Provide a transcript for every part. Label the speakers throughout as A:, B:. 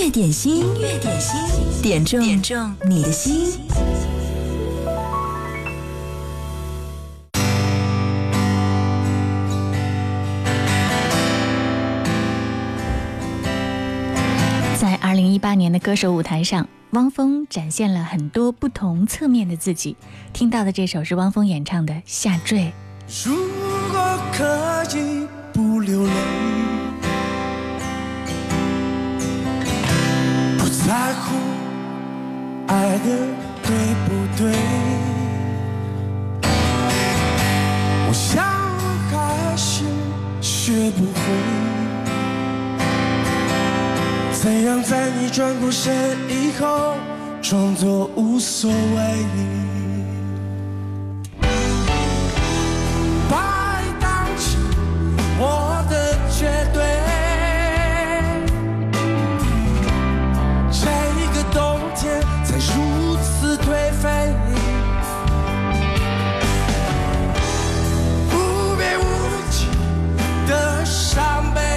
A: 乐点心，点中你的心。
B: 在2018年的歌手舞台上，汪峰展现了很多不同侧面的自己。听到的这首是汪峰演唱的《下坠》。
C: 如果可以不流泪，不在乎爱的对不对，我想还是学不会怎样在你转过身以后装作无所谓，把爱当成我的绝对，这个冬天才如此颓废，无边无际的伤悲，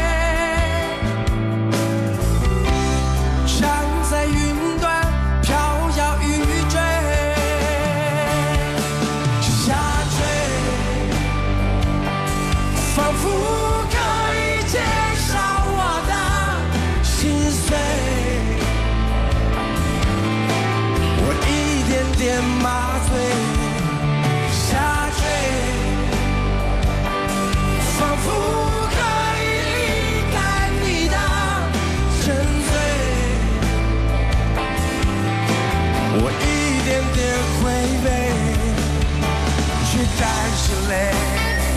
C: 麻醉下坠，仿佛可以离开你的沉醉，我一点点回味，却带着泪。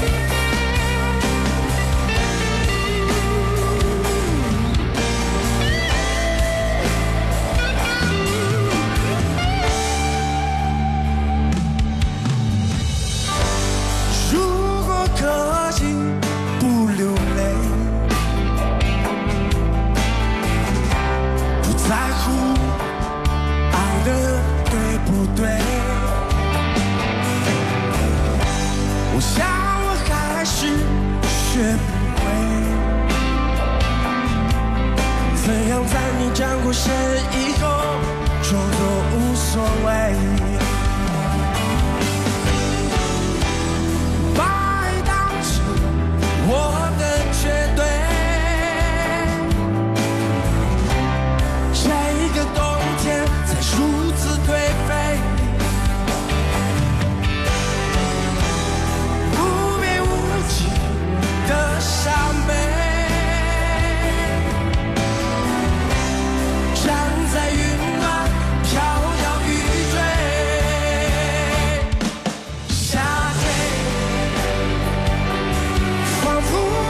C: 怎样在你转过身以后装作无所谓，把爱当成我的绝对，这个冬天才如此颓废，无边无际的伤悲，仿佛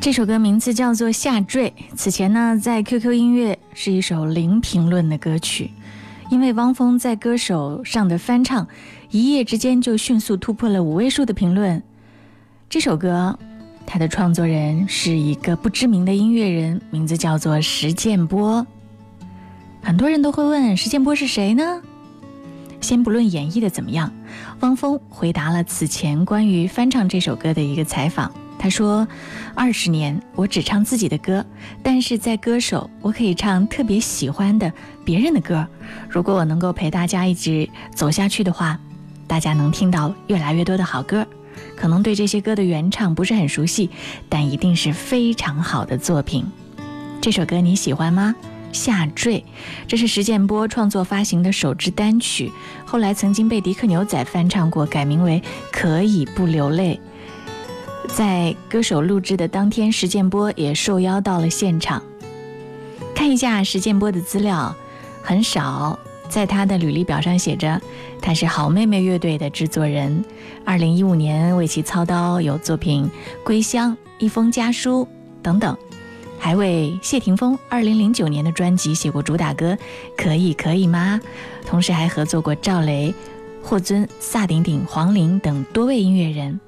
B: 这首歌名字叫做《下坠》，此前呢在 QQ 音乐是一首零评论的歌曲，因为汪峰在歌手上的翻唱一夜之间就迅速突破了5位数的评论。这首歌它的创作人是一个不知名的音乐人，名字叫做石建波。很多人都会问石建波是谁呢？先不论演绎的怎么样，汪峰回答了此前关于翻唱这首歌的一个采访。他说，20年我只唱自己的歌，但是在歌手我可以唱特别喜欢的别人的歌。如果我能够陪大家一直走下去的话，大家能听到越来越多的好歌。可能对这些歌的原唱不是很熟悉，但一定是非常好的作品。这首歌你喜欢吗？下坠，这是石建波创作发行的首支单曲，后来曾经被迪克牛仔翻唱过，改名为可以不流泪。在歌手录制的当天，石建波也受邀到了现场。看一下石建波的资料，很少，在他的履历表上写着他是好妹妹乐队的制作人，2015年为其操刀有作品《归乡》《一封家书》等等，还为谢霆锋2009年的专辑写过主打歌《可以可以吗》，同时还合作过赵雷、霍尊、萨顶顶、黄龄等多位音乐人。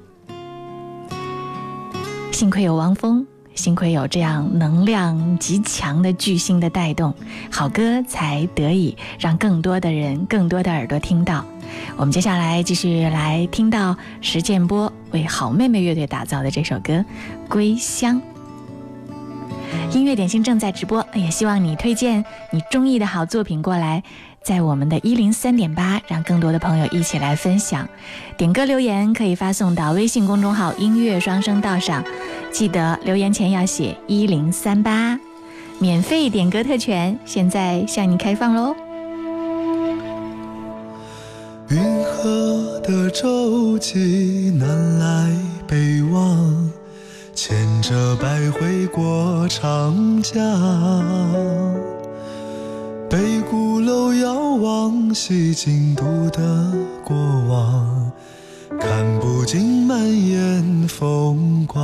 B: 幸亏有汪峰，幸亏有这样能量极强的巨星的带动，好歌才得以让更多的人、更多的耳朵听到。我们接下来继续来听到石建波为好妹妹乐队打造的这首歌《归乡》。音乐点心正在直播，也希望你推荐你中意的好作品过来，在我们的103.8，让更多的朋友一起来分享。点歌留言可以发送到微信公众号音乐双声道上，记得留言前要写1038，免费点歌特权现在向你开放咯。
C: 云河的舟楫南来北往，牵着百回过长江，北鼓楼遥望西京都的过往，看不尽满眼风光。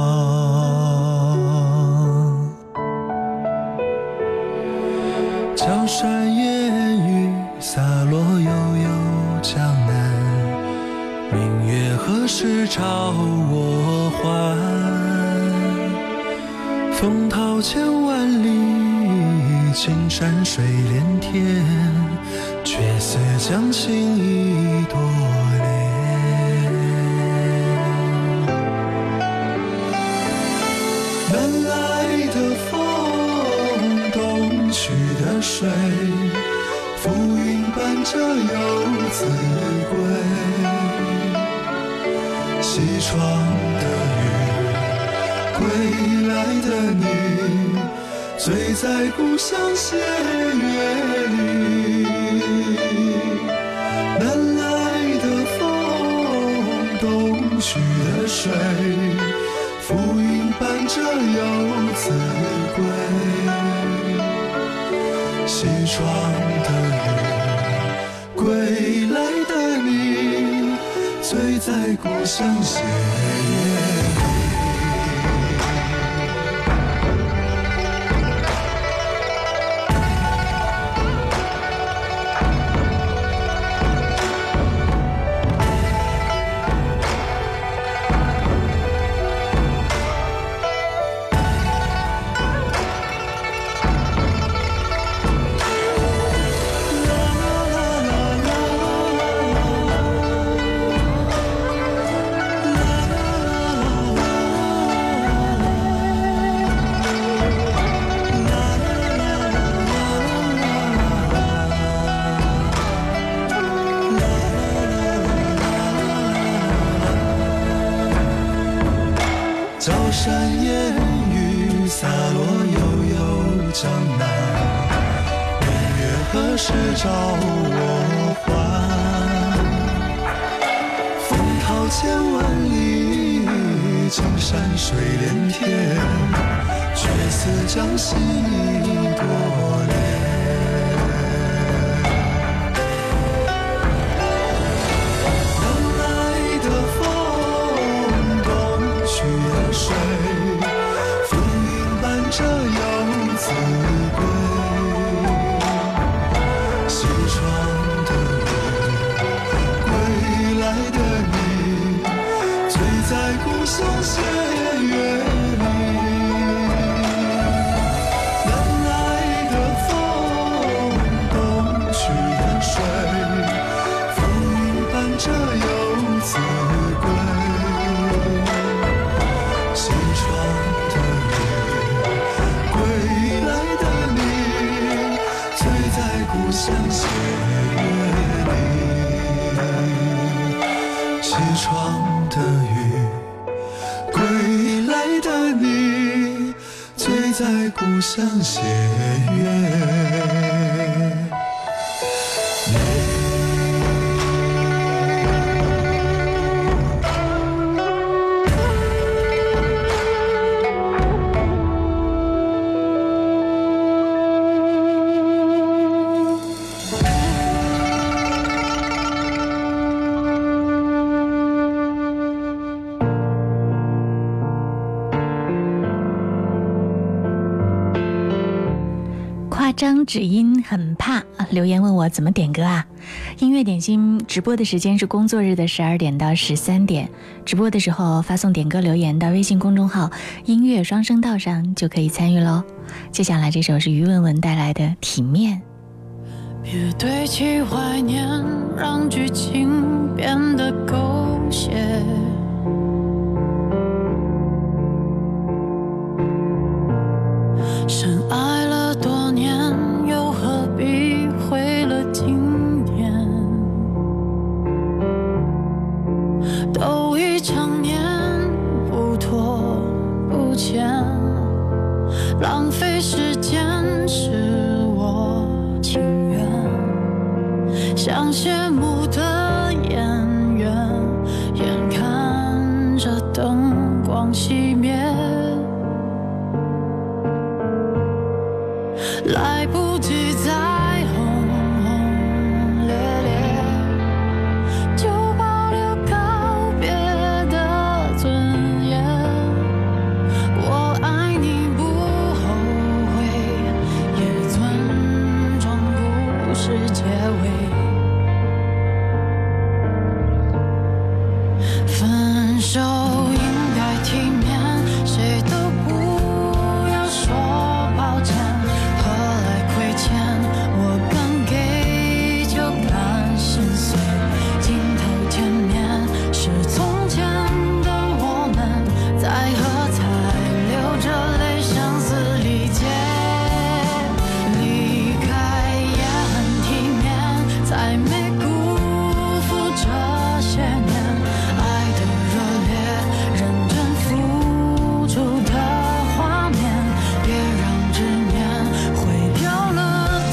C: 江山烟雨洒落悠悠江南，明月何时照我还？风涛千万里，青山水连天，绝色将情意多恋。南来的风，东去的水，浮云伴着游子归。西窗的雨，归来的你，醉在故乡斜月里。南来的风，东去的水，浮云伴着游子归。西窗的雨，归来的你，醉在故乡斜月里。高山烟雨洒落悠悠江南，明月何时照我还？风涛千万里，青山水连天，却似将心意多恋。南来的风，东去的水， 在故乡写月。
B: 张芷英很怕留言问我怎么点歌啊？音乐点心直播的时间是工作日的12点到13点，直播的时候发送点歌留言到微信公众号音乐双声道上就可以参与咯。接下来这首是于文文带来的《体面》。
D: 别堆砌怀念，让剧情变得狗血。深爱了多年，又何必毁了经典？都已成年，不拖不欠，浪费时间是我情愿。像谢幕的演员，眼看着灯光熄灭，来不及再轰轰烈烈，就保留告别的尊严。我爱你不后悔，也尊重故事结尾。分手应该体面，谁都不要说抱歉。我刚给就敢心碎，镜头前面是从前的我们，在喝彩流着泪声嘶力竭。离开也很体面，才没辜负这些年爱的热烈，认真付出的画面，别让执念毁掉了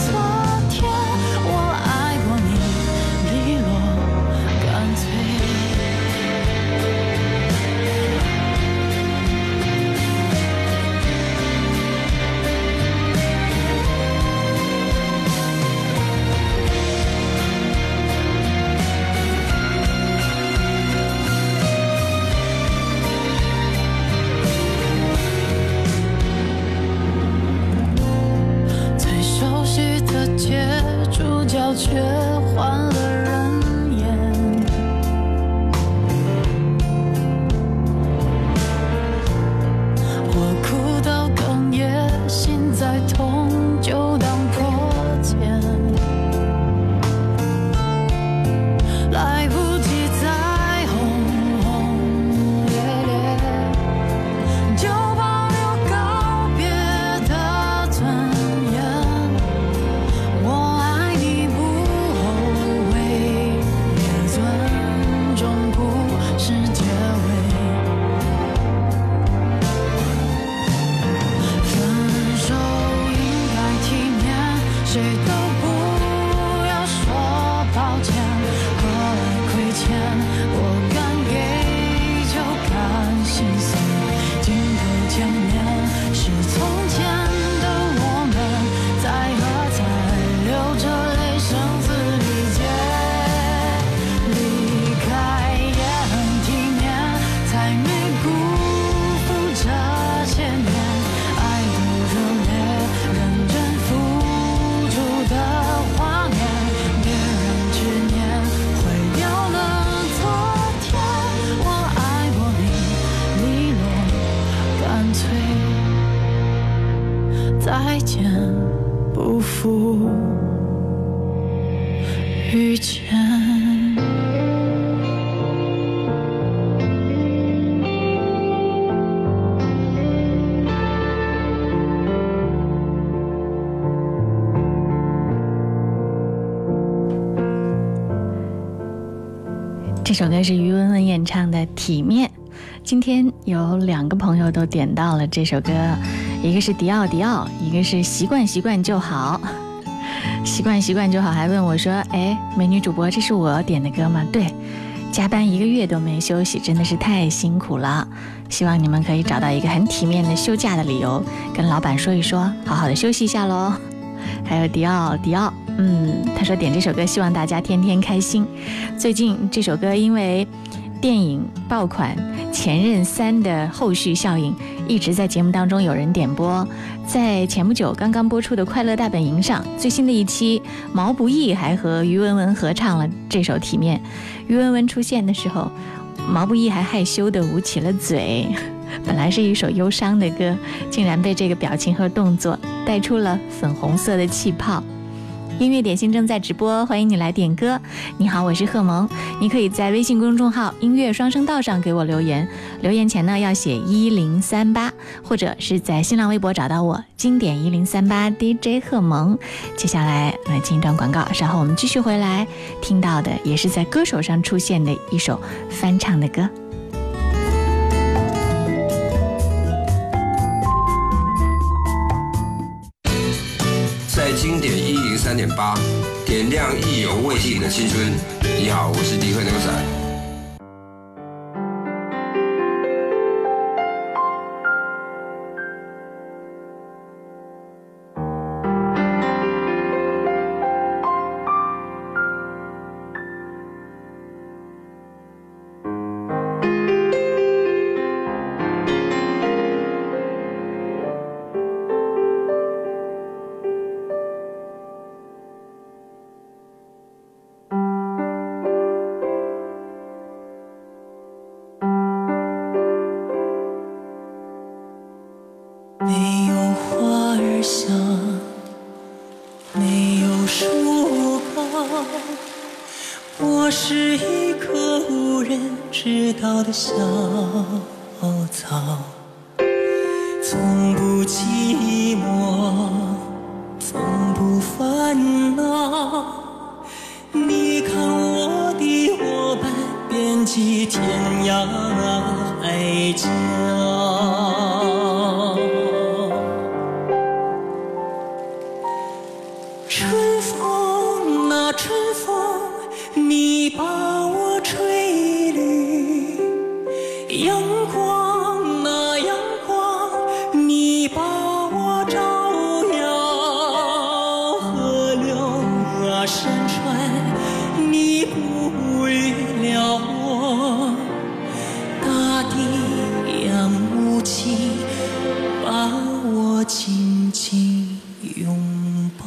D: 主角却换了人演，我哭到哽咽，心再痛就当破茧，来不及再轰轰烈烈，就保留告别的尊严。我爱你不后悔，也尊重故事结尾。分手应该体面，谁都不要说抱歉。何来亏欠？我敢给就敢心碎。镜头前面是从前的我们，在喝彩流着泪声嘶力竭。离开也很体面，才没辜负这些年爱的热烈，认真付出的画面，别让执念毁掉了昨天。我爱过你，利落干脆，再见不负遇见。
B: 这首歌是于文文演唱的《体面》。今天有2个朋友都点到了这首歌， 一个是迪奥，一个是习惯就好。习惯就好，还问我说：“哎，美女主播，这是我点的歌吗？”对，加班1个月都没休息，真的是太辛苦了。希望你们可以找到一个很体面的休假的理由，跟老板说一说，好好的休息一下咯。还有迪奥，他说点这首歌，希望大家天天开心。最近这首歌因为电影爆款《前任3》的后续效应，一直在节目当中有人点播。在前不久刚刚播出的《快乐大本营》上，最新的一期，毛不易还和于文文合唱了这首《体面》。于文文出现的时候，毛不易还害羞地捂起了嘴。本来是一首忧伤的歌，竟然被这个表情和动作带出了粉红色的气泡。音乐点心正在直播，欢迎你来点歌。你好，我是贺萌，你可以在微信公众号音乐双声道上给我留言，留言前呢要写1038，或者是在新浪微博找到我经典1038 DJ 贺萌。接下来来进一段广告，稍后我们继续回来，听到的也是在歌手上出现的一首翻唱的歌。
E: 在经典103.8，点亮意犹未尽的青春。你好，我是迪克牛仔。
C: 没有花儿香，没有树高，我是一棵无人知道的小草，从不寂寞，从不烦恼。你看我的伙伴遍及天涯海角，春风啊春风，你把我吹绿；阳光啊阳光，你把我照耀；河流啊山川，你哺育了我；大地呀母亲，把我紧紧拥抱。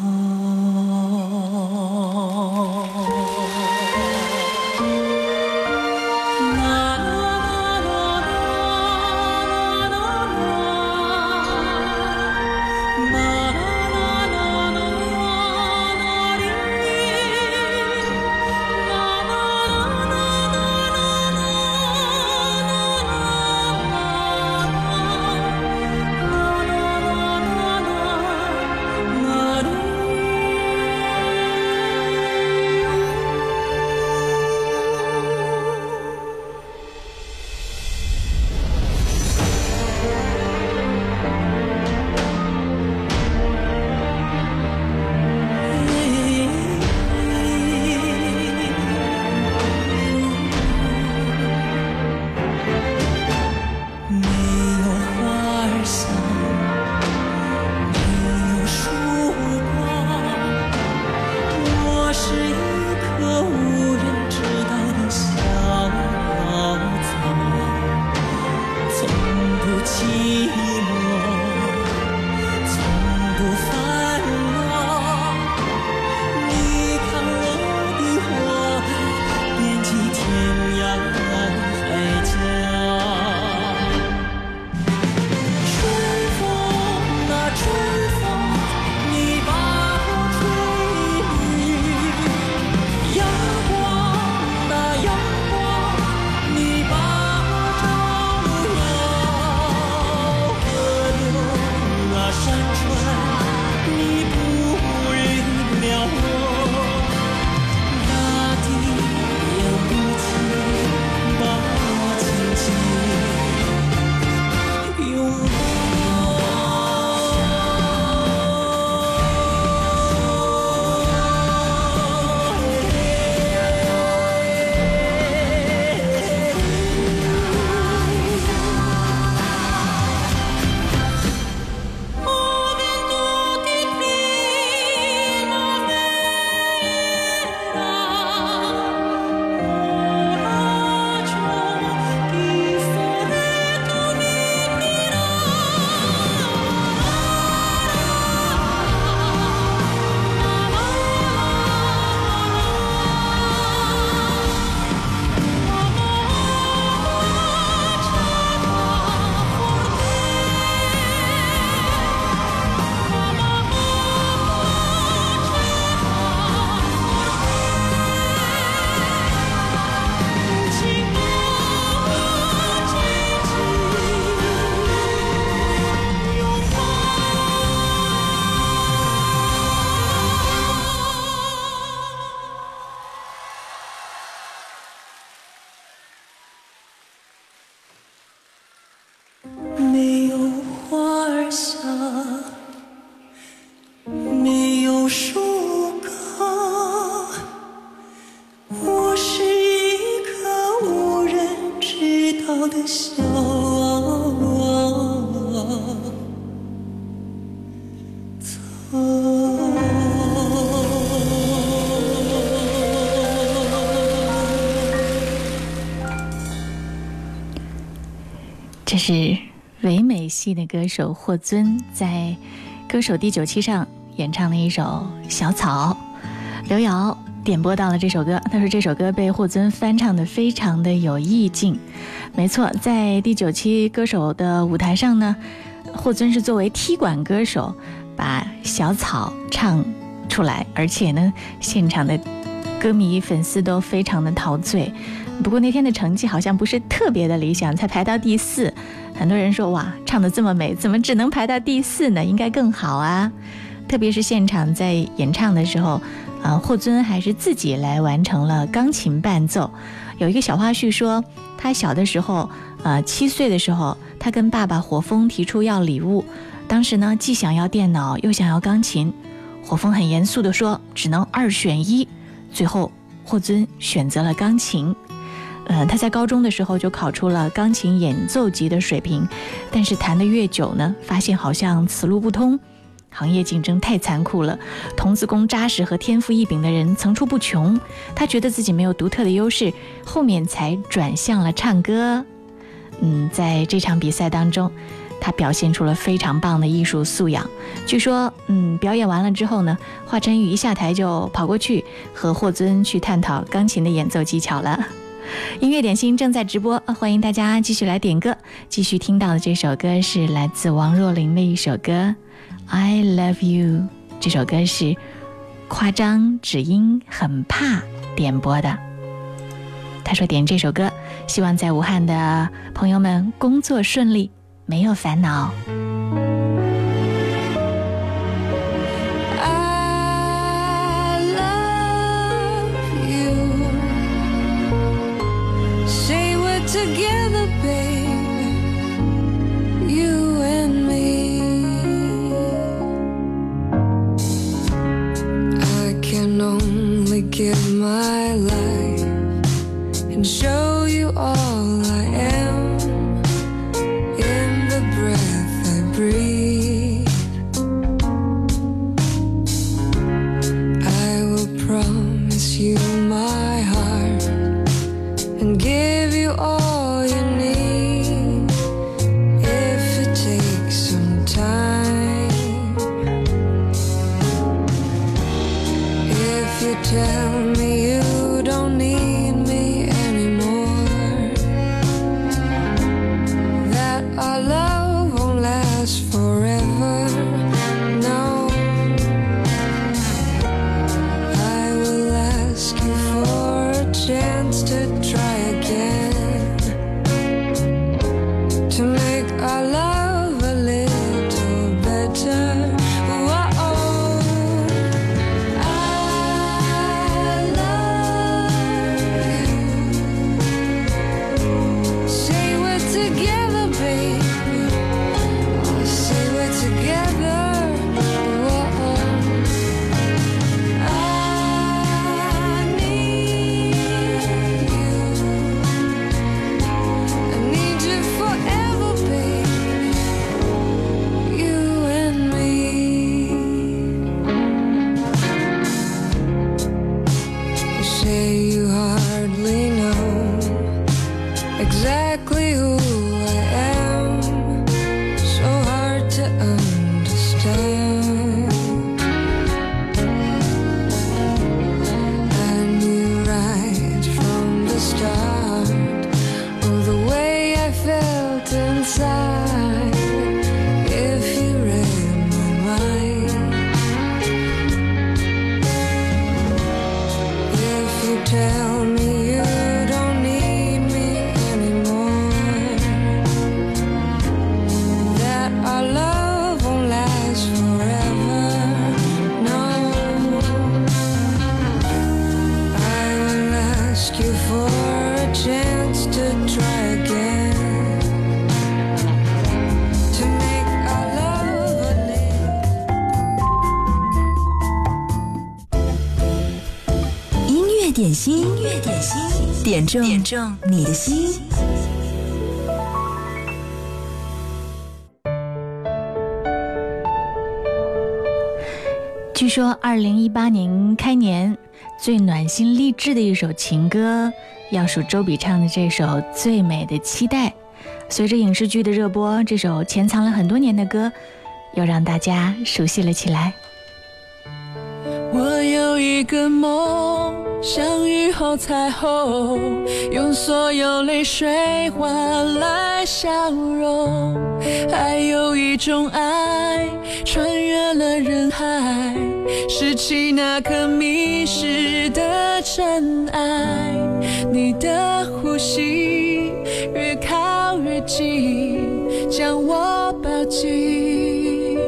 B: 这是唯美系的歌手霍尊在歌手第9期上演唱的一首《小草》。刘瑶点播到了这首歌，他说这首歌被霍尊翻唱的非常的有意境。没错，在第9期歌手的舞台上呢，霍尊是作为踢馆歌手把小草唱出来，而且呢现场的歌迷粉丝都非常的陶醉。不过那天的成绩好像不是特别的理想，才排到第4。很多人说哇，唱得这么美，怎么只能排到第4呢？应该更好啊。特别是现场在演唱的时候，霍尊还是自己来完成了钢琴伴奏。有一个小花絮说，他小的时候7岁的时候，他跟爸爸火风提出要礼物，当时呢既想要电脑又想要钢琴，火风很严肃地说只能2选1，最后霍尊选择了钢琴。他在高中的时候就考出了钢琴演奏级的水平，但是弹得越久呢，发现好像此路不通，行业竞争太残酷了，童子功扎实和天赋异禀的人层出不穷，他觉得自己没有独特的优势，后面才转向了唱歌。在这场比赛当中，他表现出了非常棒的艺术素养。据说表演完了之后呢，华晨宇一下台就跑过去和霍尊去探讨钢琴的演奏技巧了。音乐点心正在直播，欢迎大家继续来点歌。继续听到的这首歌是来自王若琳的一首歌 I Love You， 这首歌是夸张只因很怕点播的。他说点这首歌，希望在武汉的朋友们工作顺利，没有烦恼。
D: Together, babe, you and me. I can only give my life and show you all I am in the breath I breathe. I will promise you my heart and give you all you need if it takes some time. If you tell me you don't need me anymore, that our love won't last forever, no, I will ask you for a chance to try again, to make our love a little better. Whoa, I love you. Say we're together, baby. Oh, say we're together. Whoa, I need you. I need you forever, baby, you and me. You say you hardly know exactly who I am, so hard to understand. I knew right from the start, oh, the way I felt inside, if you read my mind. If you tell me you don't need me anymore, that our love won't last forever, no, I will ask you for a chance to try again, to make our love a little.
A: 音乐点心，点中你的心。
B: 据说2018年开年最暖心励志的一首情歌，要数周笔畅的这首《最美的期待》。 随着影视剧的热播，这首潜藏了很多年的歌又让大家熟悉了起来。
D: 我有一个梦，像雨后彩虹，用所有泪水换来笑容。还有一种爱，穿越了人海，拾起那颗迷失的真爱。你的呼吸越靠越近，将我抱紧。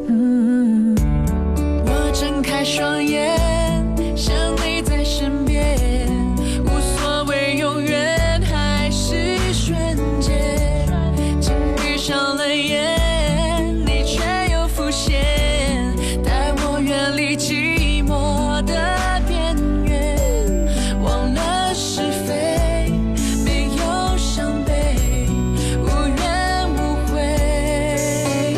D: 我睁开双眼，想你在身边，无所谓永远还是瞬间。紧闭上了眼，你却又浮现，带我远离寂寞的边缘。忘了是非，没有伤悲，无怨无悔。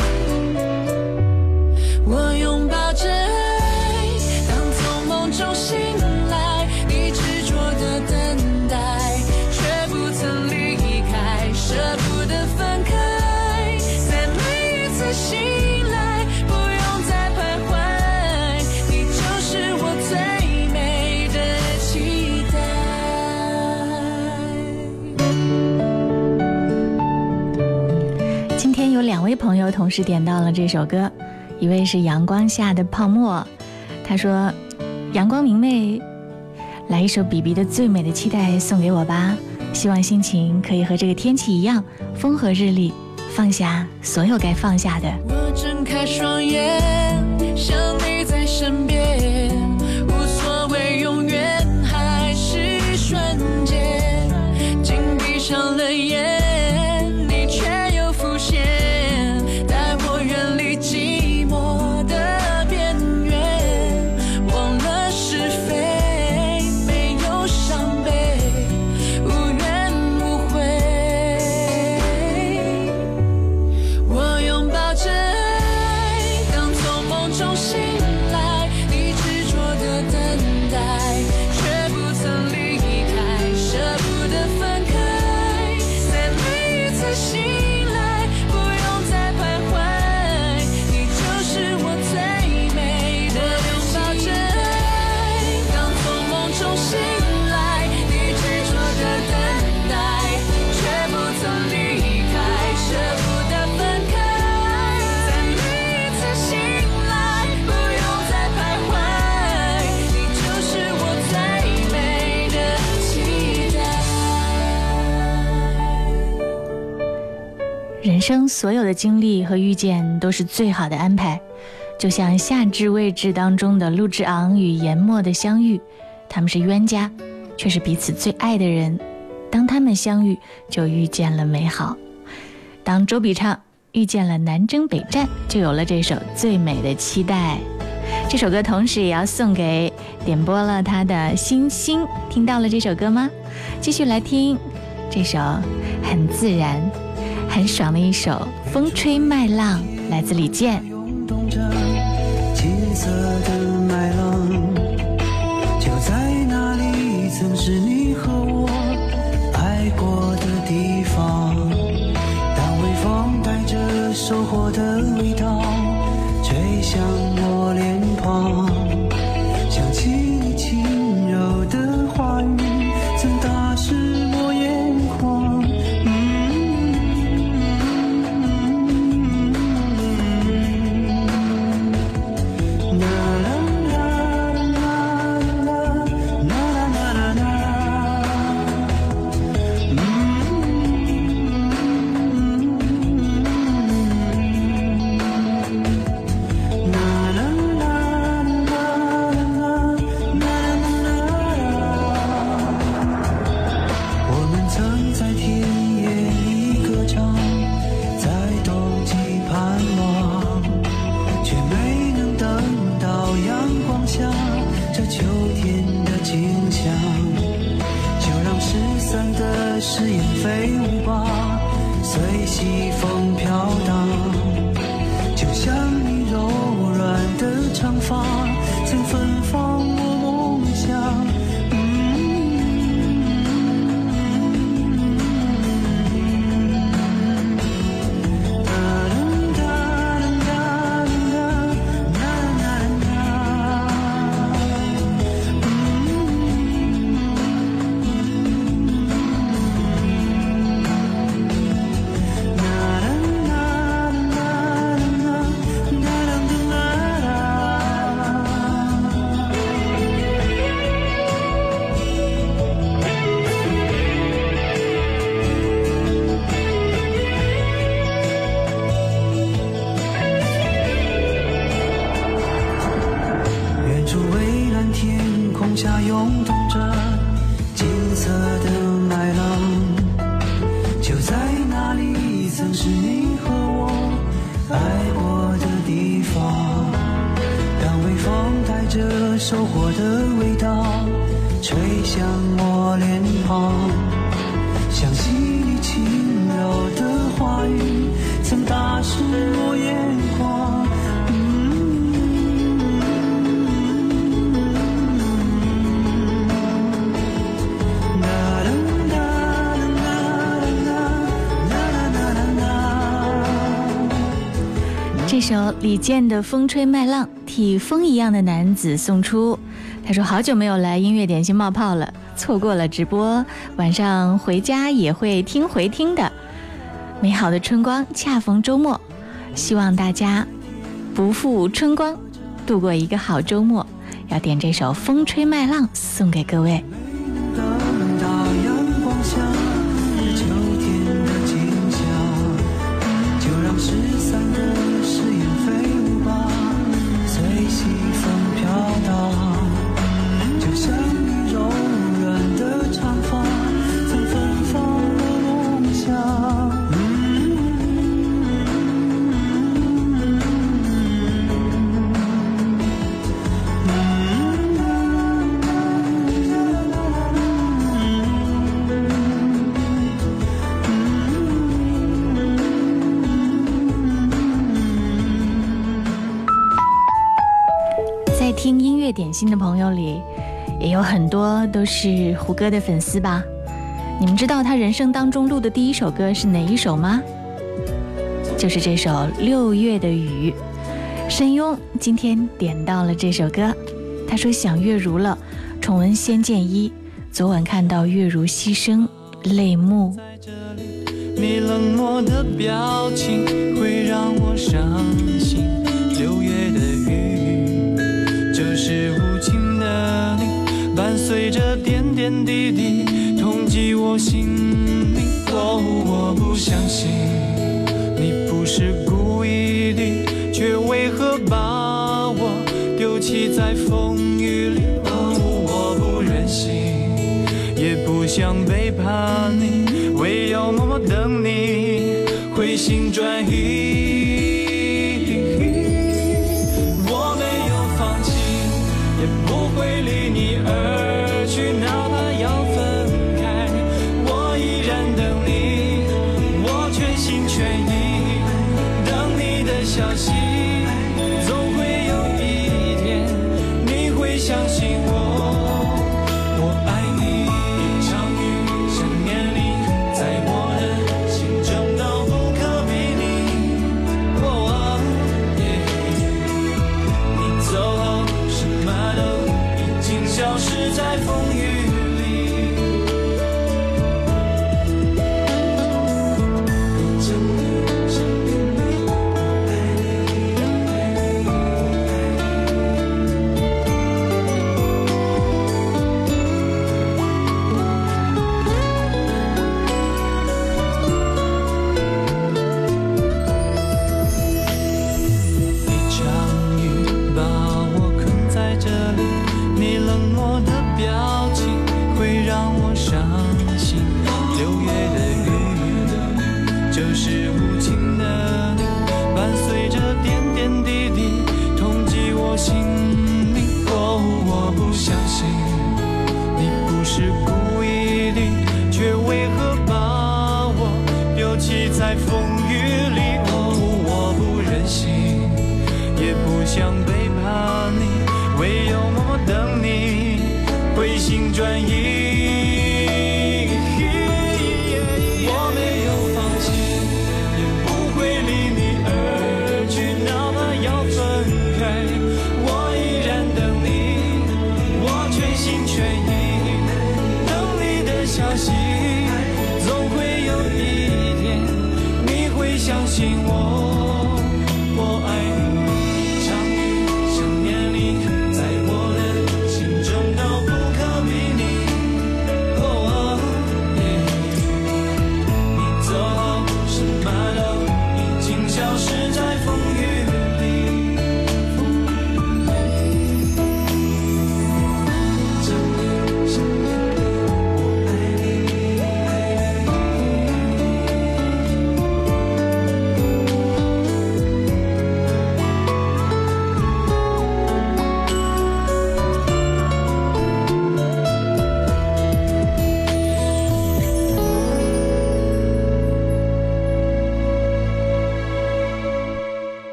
D: 我拥抱着爱，当从梦中醒来，你执着的等待，却不曾离开，舍不得分开。在每一次醒来，不用再徘徊，你就是我最美的期待。
B: 今天有2位朋友同时点到了这首歌，一位是阳光下的泡沫，他说阳光明媚，来一首比比的最美的期待送给我吧，希望心情可以和这个天气一样风和日丽，放下所有该放下的。
D: 我睁开双眼，想你在身边，无所谓永远还是瞬间。紧闭上了眼，你却又浮现，带我远离寂寞的边缘。忘了是非，没有伤悲，无怨无悔。我拥抱着爱，当从梦中醒来，你执着的等待，却不曾离开，舍不得分开。在每一次醒来，不用再徘徊，你就是我最美的拥抱着爱，当从梦中醒来，你执着的等待，却不曾离开，舍不得分开。在每一次醒来，不用再徘徊，你就是我最美的期待。
B: 人生所有的经历和遇见都是最好的安排，就像夏至未至当中的陆之昂与研墨的相遇，他们是冤家，却是彼此最爱的人。当他们相遇，就遇见了美好。当周笔畅遇见了南征北战，就有了这首最美的期待。这首歌同时也要送给点播了他的星星，听到了这首歌吗？继续来听这首很自然很爽的一首风吹麦浪，来自李健。
C: 涌动着金色的麦浪，就在那里曾是你和我爱过的地方。当微风带着收获的味道吹向我脸庞，想起你轻柔的话语曾打湿我眼眶。 下涌动着金色的麦浪，就在那里曾是你和我爱过的地方。让微风带着收获的味道吹向我脸庞，想起你轻柔的话语曾打湿我眼眶。
B: 这首李健的《风吹麦浪》替风一样的男子送出。他说好久没有来音乐点心冒泡了，错过了直播，晚上回家也会听回听的。美好的春光恰逢周末，希望大家不负春光，度过一个好周末。要点这首《风吹麦浪》送给各位。听音乐点心的朋友里，也有很多都是胡歌的粉丝吧？你们知道他人生当中录的第一首歌是哪一首吗？就是这首《6月的雨》。申庸今天点到了这首歌，他说想月如了，重温《仙剑一》，昨晚看到月如牺牲，泪目。
F: 你冷漠的表情会让我伤心。6月的雨，这是无情的你，伴随着点点滴滴，痛击我心灵。哦，我不相信你不是故意的，却为何把我丢弃在风雨里？哦，我不忍心，也不想背叛你，唯有默默等你回心转意。我没有放弃，也不会离你而去，哪怕要分开，我依然等你，我全心全意等你的消息。总会有一天你会相信我爱你。一场雨，想念你，在我的心中都不可比拟。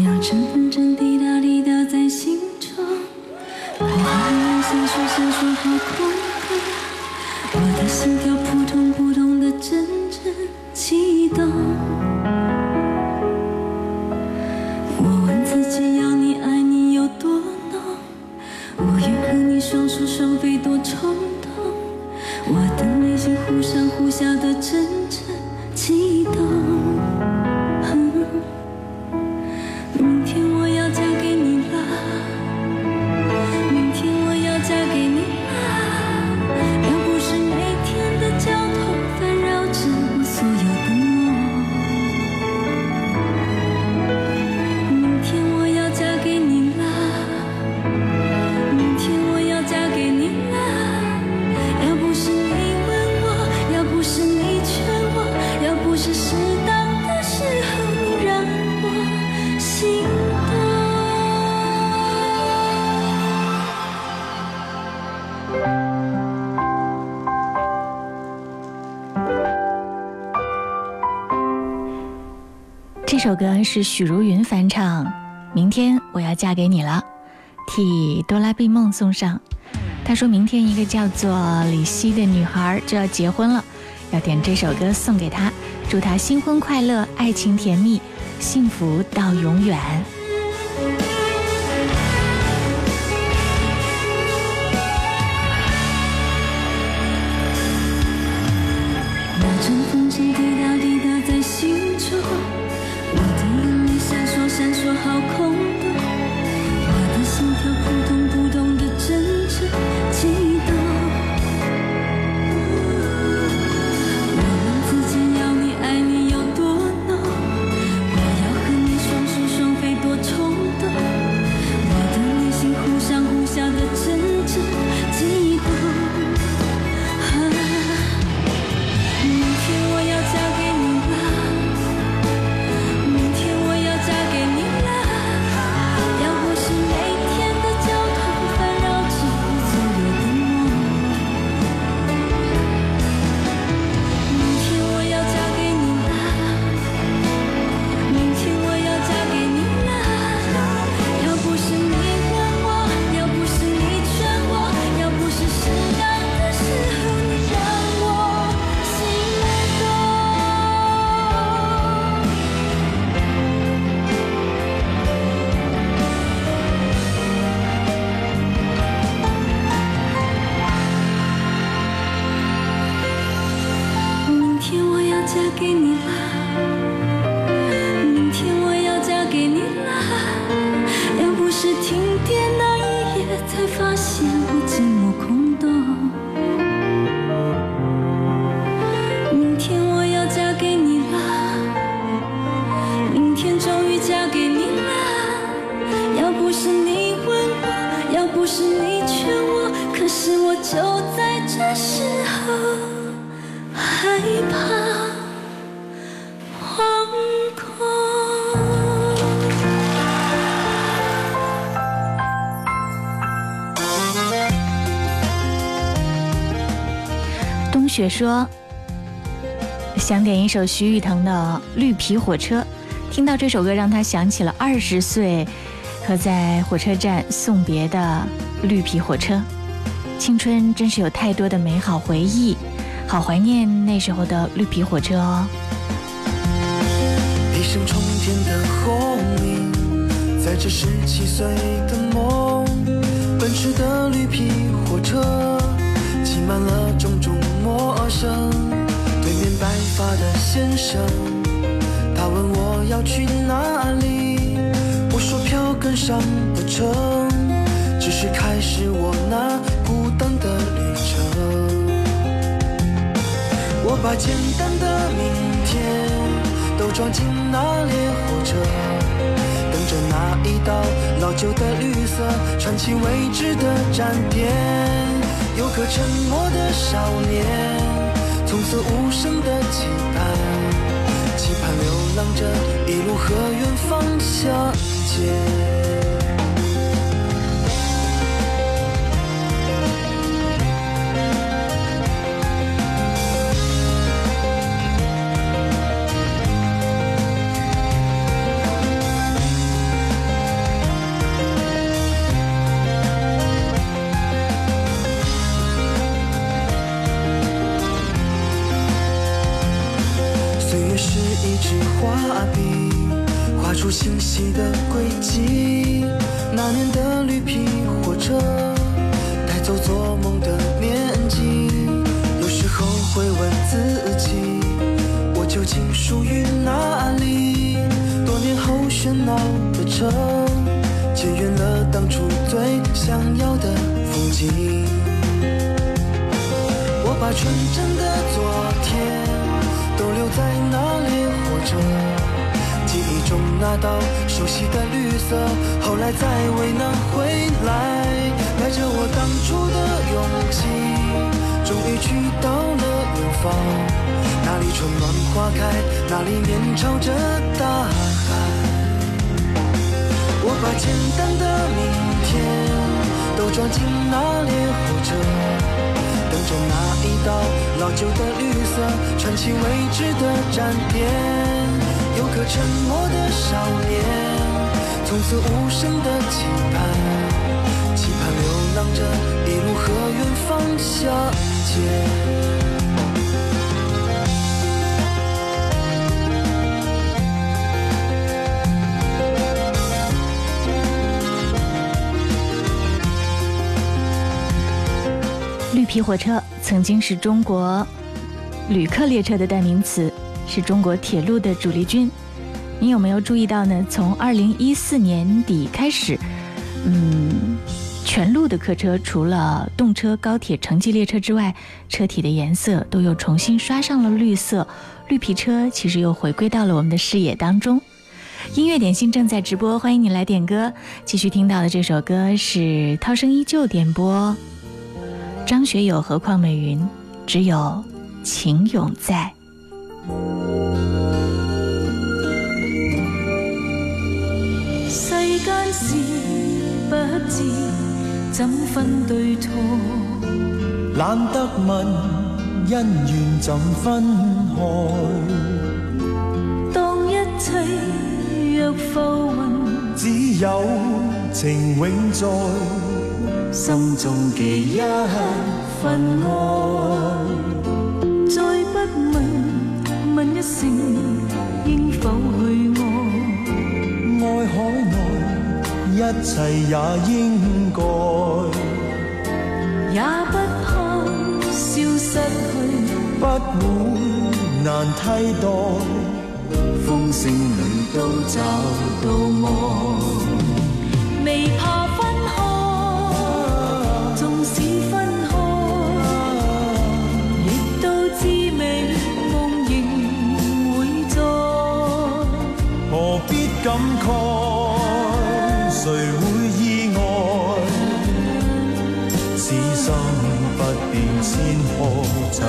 D: 要真分真滴答滴答在心中，把你闪烁闪烁好空洞，我的心跳扑通扑通的阵阵悸动。我问自己要你爱你有多浓，我愿和你双宿双飞多冲动，我的内心忽上忽下的阵阵悸动。明天我要嫁给你了，明天我要嫁给你了，要不是每天的交通烦扰着我所有的梦。明天我要嫁给你了，明天我要嫁给你了，要不是你问我，要不是你劝我，要不是适当的时候你让我心动。
B: 这首歌是许茹芸翻唱，明天我要嫁给你了，替哆啦 A 梦送上。她说明天一个叫做李希的女孩就要结婚了，要点这首歌送给她，祝她新婚快乐，爱情甜蜜，幸福到永远。
D: 那阵风声滴答滴答在心中，我的眼泪闪烁闪烁好空洞，我的心跳扑通扑通的阵阵悸动。我问自己要你爱你有多浓，我要和你双宿双飞多冲动，我的内心忽上忽下的阵阵悸动。明天我要嫁给你了，明天我要嫁给你了，要不是每天的交通烦扰着我所有的梦。明天我要嫁给你了，明天我要嫁给你了，要不是你问我，要不是你劝我，要不是适当的时候你让我心动。明天我要嫁给你了，明天我要嫁给你了，要不是停电那一夜才发现我寂寞空洞。明天我要嫁给你了，明天终于嫁给你了，要不是你问我，要不是你劝我，可是我就在这时候害怕惶恐。
B: 冬雪说想点一首徐誉滕的《绿皮火车》，听到这首歌让他想起了20岁和在火车站送别的绿皮火车。青春真是有太多的美好回忆，好怀念那时候的绿皮火车哦。
C: 一声冲天的轰鸣，在这17岁的梦，奔驰的绿皮火车挤满了种种陌生。对面白发的先生，他问我要去哪里，我说票跟上不成，只是开始我那孤单的旅程。我把简单的明天都装进那列火车，等着那一道老旧的绿色串起未知的站点。有个沉默的少年，从此无声的期盼，期盼流浪着一路和远方相见。
G: 出清晰的轨迹。那年的绿皮火车带走做梦的年纪，有时候会问自己，我究竟属于哪里？多年后喧闹的城渐远了当初最想要的风景。我把纯真的昨天都留在那列火车，记忆中那道熟悉的绿色，后来再未能回来。带着我当初的勇气，终于去到了远方，那里春暖花开，那里面朝着大海。我把简单的明天都装进那列火车，等着那一道老旧的绿色串起未知的站点。有颗沉默的少年，从此无声的期盼，期盼流浪着一路和远方相见。
B: 绿皮火车曾经是中国旅客列车的代名词，是中国铁路的主力军。你有没有注意到呢？从2014年底开始，全路的客车除了动车、高铁、城际列车之外，车体的颜色都又重新刷上了绿色。绿皮车其实又回归到了我们的视野当中。音乐点心正在直播，欢迎你来点歌。继续听到的这首歌是涛声依旧点播，张学友和邝美云，只有情永在。
D: 世間事不知怎分對錯，
C: 懶得問恩怨怎分開，
D: 當一切若浮雲，
C: 只有情永在，心中記一份愛。
D: 再不問一聲應否去愛，
C: 愛海內一切也應該，
D: 也不怕消失去，
C: 不會難替代，風聲裏都找到愛。
D: 未怕分開，縱使分開，亦都知美夢仍會在。
C: 何必感慨，誰會意外？此心不變，千何曾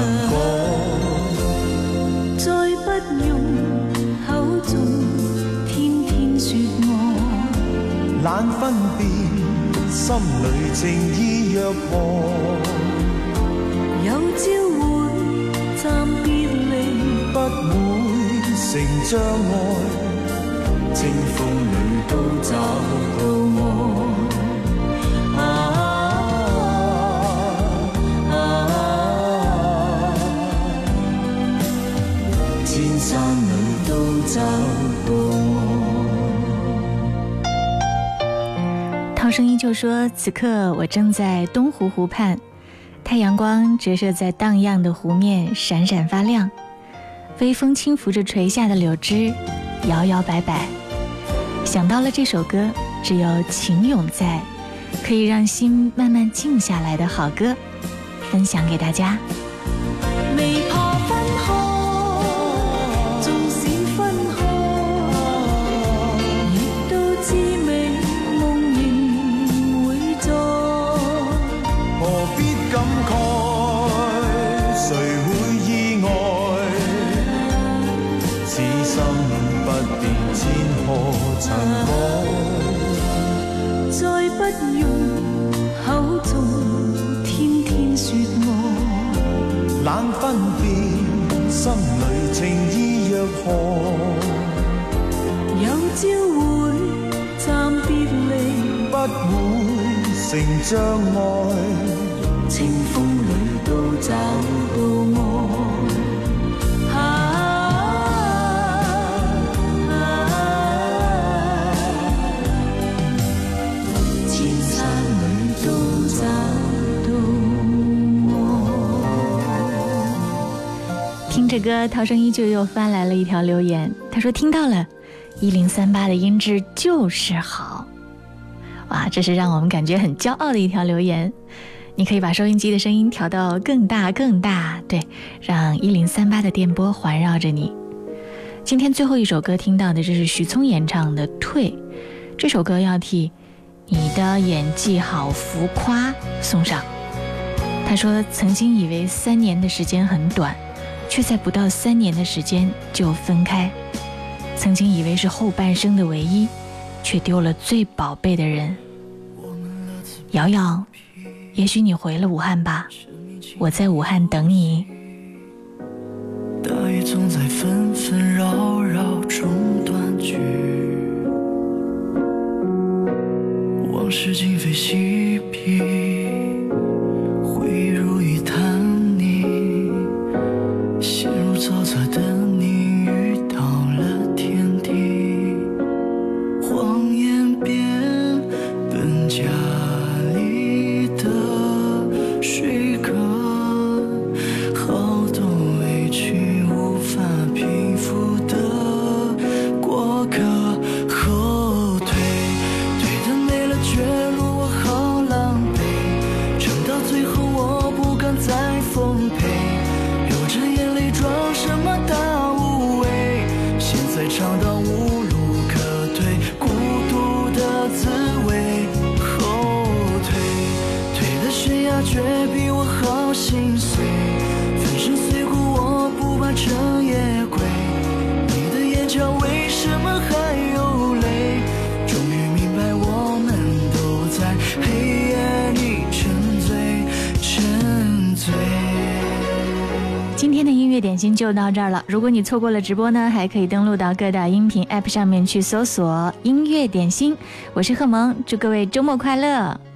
C: 改。
D: 再不用口中天天說愛，
C: 懶分辨，心裏情意若何，
D: 有朝會暫別離，
C: 不會成障礙，清風裏都找到愛。千山裏都找到愛。
B: 涛声依旧说，此刻我正在东湖湖畔，太阳光折射在荡漾的湖面，闪闪发亮，微风轻拂着垂下的柳枝，摇摇摆摆。想到了这首歌，只有情永在，可以让心慢慢静下来的好歌，分享给大家。
D: 未怕分開，縱使分開，亦都知美夢仍會在。
C: 何必感慨，誰會意外？此心不變，千何曾改。
D: 再不用口中天天說愛，
C: 懶分辨，心裏情意若何，
D: 有朝會暫別離，
C: 不會成障礙，
D: 清風裏都找到愛。
B: 歌，涛声依旧又发来了一条留言，他说听到了1038的音质就是好。哇，这是让我们感觉很骄傲的一条留言。你可以把收音机的声音调到更大更大，对，让1038的电波环绕着你。今天最后一首歌听到的，这是许聪演唱的《退》，这首歌要替你的演技好浮夸送上。他说曾经以为3年的时间很短，却在不到3年的时间就分开。曾经以为是后半生的唯一，却丢了最宝贝的人。瑶瑶，也许你回了武汉吧，我在武汉等你。
G: 大雨总在纷纷扰扰中断句，往事今非昔比，回忆如一潭泥，陷入沼泽的你遇到了天地，谎言变本加厉的水歌，好多委屈无法平复的过客，后退的没了绝路，我好狼狈，撑到最后我不敢再奉陪，流着眼泪装什么大无畏，现在尝到无路可退，孤独的滋味，后退的悬崖绝壁，我好心碎，粉身碎骨我不怕成夜鬼，你的眼角为什么还有泪，终于明白我们都在黑夜里沉醉。
B: 今天的音乐点心就到这儿了，如果你错过了直播呢，还可以登录到各大音频 App 上面去搜索音乐点心。我是贺萌，祝各位周末快乐。